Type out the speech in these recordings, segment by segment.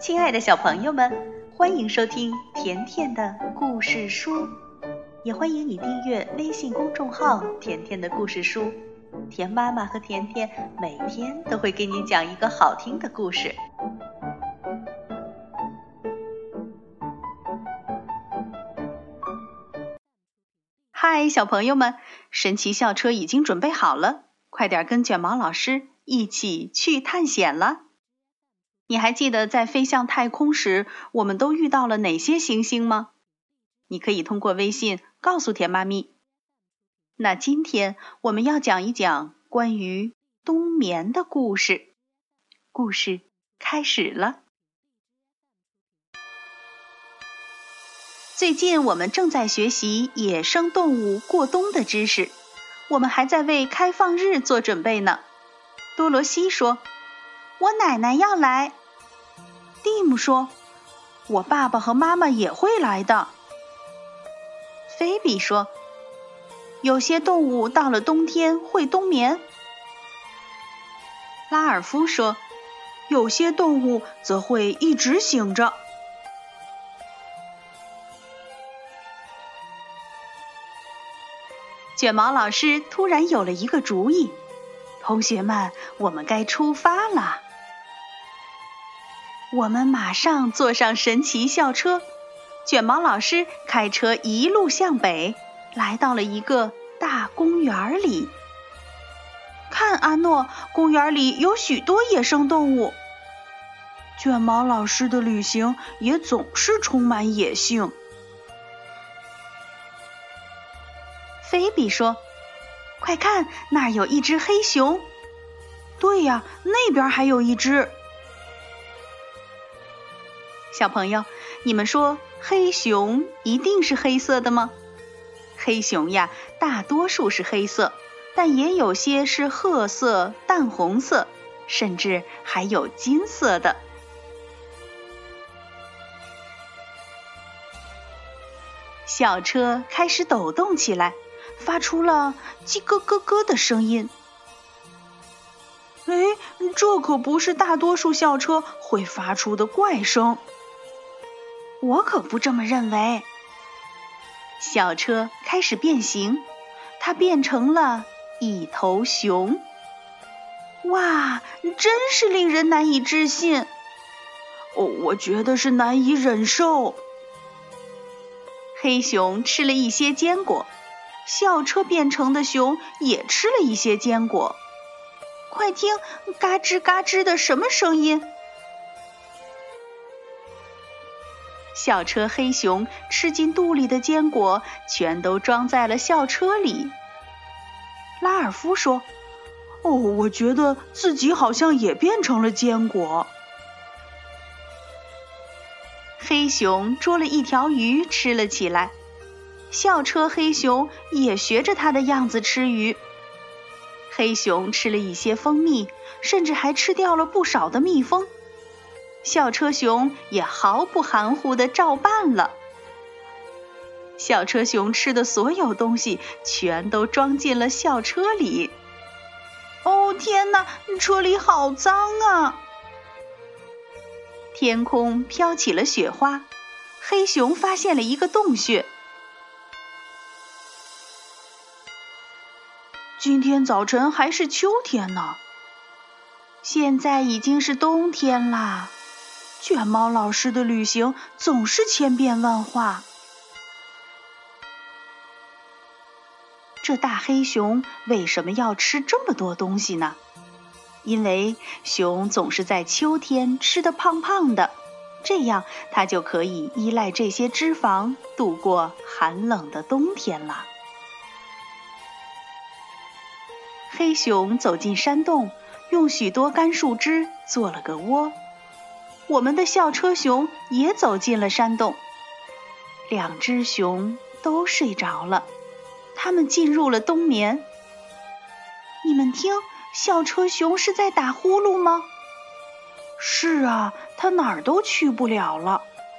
亲爱的小朋友们，欢迎收听甜甜的故事书，也欢迎你订阅微信公众号甜甜的故事书。甜妈妈和甜甜每天都会给你讲一个好听的故事。嗨，小朋友们，神奇校车已经准备好了，快点跟卷毛老师一起去探险了。你还记得在飞向太空时，我们都遇到了哪些行星吗？你可以通过微信告诉甜妈咪。那今天我们要讲一讲关于冬眠的故事。故事开始了。最近我们正在学习野生动物过冬的知识，我们还在为开放日做准备呢。多罗西说，我奶奶要来。蒂姆说，我爸爸和妈妈也会来的。菲比说，有些动物到了冬天会冬眠。拉尔夫说，有些动物则会一直醒着。卷毛老师突然有了一个主意，同学们，我们该出发了。我们马上坐上神奇校车，卷毛老师开车一路向北，来到了一个大公园里。看，阿诺，公园里有许多野生动物。卷毛老师的旅行也总是充满野性。菲比说，快看，那儿有一只黑熊。对呀，那边还有一只。小朋友，你们说黑熊一定是黑色的吗？黑熊呀，大多数是黑色，但也有些是褐色、淡红色，甚至还有金色的。校车开始抖动起来，发出了叽咯咯咯的声音。哎，这可不是大多数校车会发出的怪声。我可不这么认为。校车开始变形，它变成了一头熊。哇，真是令人难以置信。我觉得是难以忍受。黑熊吃了一些坚果，校车变成的熊也吃了一些坚果。快听，嘎吱嘎吱的什么声音？校车黑熊吃进肚里的坚果全都装在了校车里。拉尔夫说，我觉得自己好像也变成了坚果。黑熊捉了一条鱼吃了起来，校车黑熊也学着它的样子吃鱼。黑熊吃了一些蜂蜜，甚至还吃掉了不少的蜜蜂。校车熊也毫不含糊地照办了。校车熊吃的所有东西全都装进了校车里。哦，天哪，车里好脏啊！天空飘起了雪花，黑熊发现了一个洞穴。今天早晨还是秋天呢，现在已经是冬天啦。卷毛老师的旅行总是千变万化。这大黑熊为什么要吃这么多东西呢？因为熊总是在秋天吃得胖胖的，这样它就可以依赖这些脂肪度过寒冷的冬天了。黑熊走进山洞，用许多干树枝做了个窝。我们的校车熊也走进了山洞，两只熊都睡着了，它们进入了冬眠。你们听，校车熊是在打呼噜吗？是啊，它哪儿都去不了了。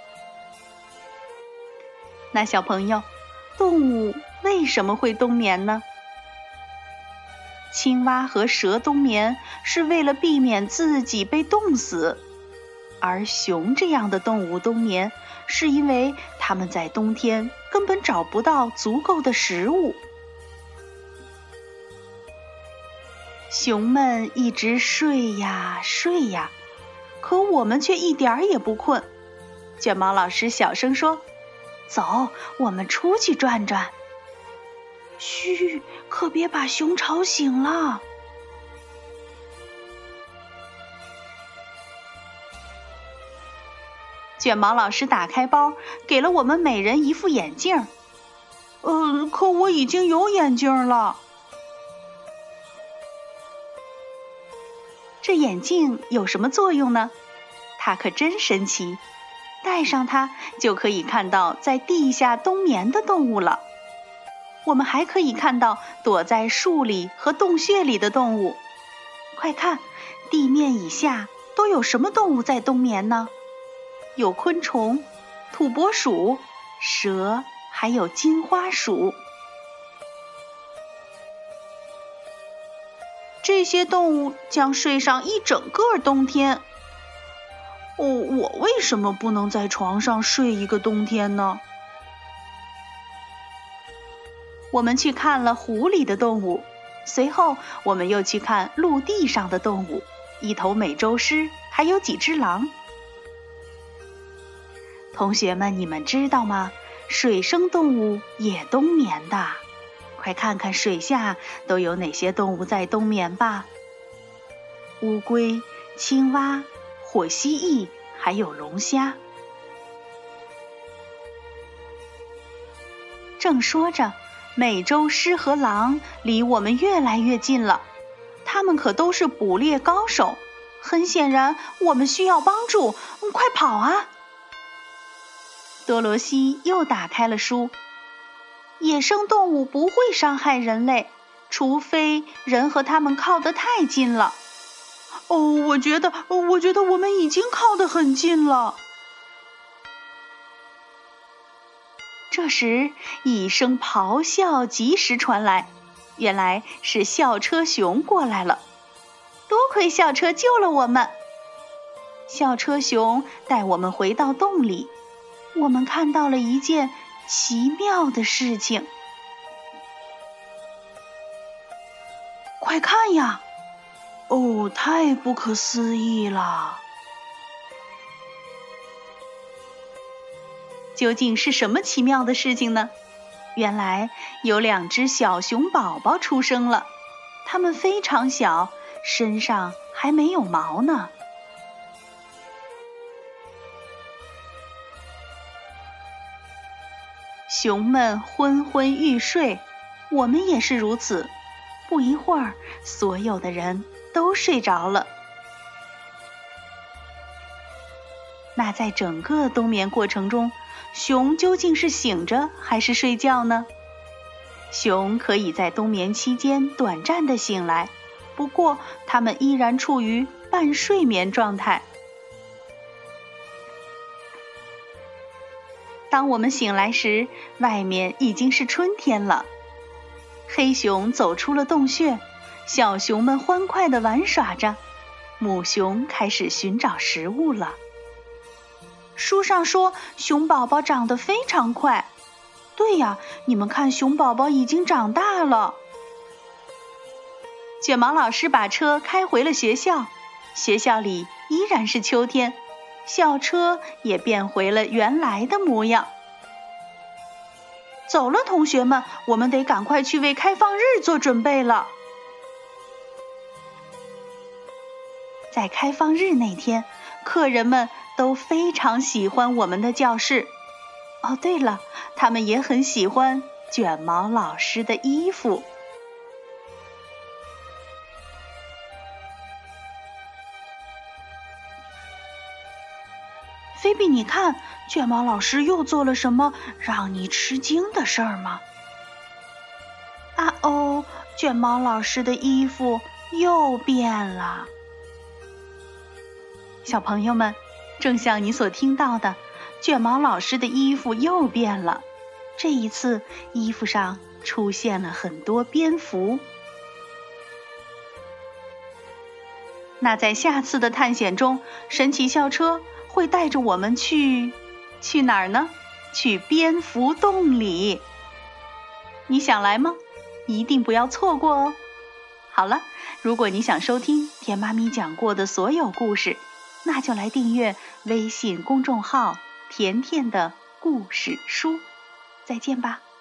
那小朋友，动物为什么会冬眠呢？青蛙和蛇冬眠是为了避免自己被冻死。 而熊这样的动物冬眠，是因为它们在冬天根本找不到足够的食物。熊们一直睡呀睡呀，可我们却一点儿也不困。卷毛老师小声说：“走，我们出去转转。”嘘，可别把熊吵醒了。卷毛老师打开包，给了我们每人一副眼镜。可我已经有眼镜了。这眼镜有什么作用呢？它可真神奇，戴上它就可以看到在地下冬眠的动物了。我们还可以看到躲在树里和洞穴里的动物。快看，地面以下都有什么动物在冬眠呢？有昆虫、土拨鼠、蛇，还有金花鼠。这些动物将睡上一整个冬天。我为什么不能在床上睡一个冬天呢？我们去看了湖里的动物，随后我们又去看陆地上的动物，一头美洲狮，还有几只狼。同学们，你们知道吗？水生动物也冬眠的。快看看水下都有哪些动物在冬眠吧。乌龟、青蛙、火蜥蜴，还有龙虾。正说着，美洲狮和狼离我们越来越近了，它们可都是捕猎高手。很显然，我们需要帮助，快跑啊！多罗西又打开了书。野生动物不会伤害人类，除非人和它们靠得太近了。我觉得我们已经靠得很近了。这时，一声咆哮及时传来，原来是校车熊过来了。多亏校车救了我们。校车熊带我们回到洞里，我们看到了一件奇妙的事情。快看呀！太不可思议了！究竟是什么奇妙的事情呢？原来有2只小熊宝宝出生了，它们非常小，身上还没有毛呢。熊们昏昏欲睡，我们也是如此。不一会儿，所有的人都睡着了。那在整个冬眠过程中，熊究竟是醒着还是睡觉呢？熊可以在冬眠期间短暂的醒来，不过它们依然处于半睡眠状态。当我们醒来时，外面已经是春天了。黑熊走出了洞穴，小熊们欢快地玩耍着，母熊开始寻找食物了。书上说熊宝宝长得非常快。对呀，你们看，熊宝宝已经长大了。卷毛老师把车开回了学校，学校里依然是秋天，校车也变回了原来的模样。走了，同学们，我们得赶快去为开放日做准备了。在开放日那天，客人们都非常喜欢我们的教室。对了，他们也很喜欢卷毛老师的衣服。菲比，你看，卷毛老师又做了什么让你吃惊的事儿吗？卷毛老师的衣服又变了。小朋友们，正像你所听到的，卷毛老师的衣服又变了。这一次，衣服上出现了很多蝙蝠。那在下次的探险中，神奇校车会带着我们去哪儿呢？去蝙蝠洞里。你想来吗？一定不要错过哦。好了，如果你想收听甜妈咪讲过的所有故事，那就来订阅微信公众号甜甜的故事书。再见吧。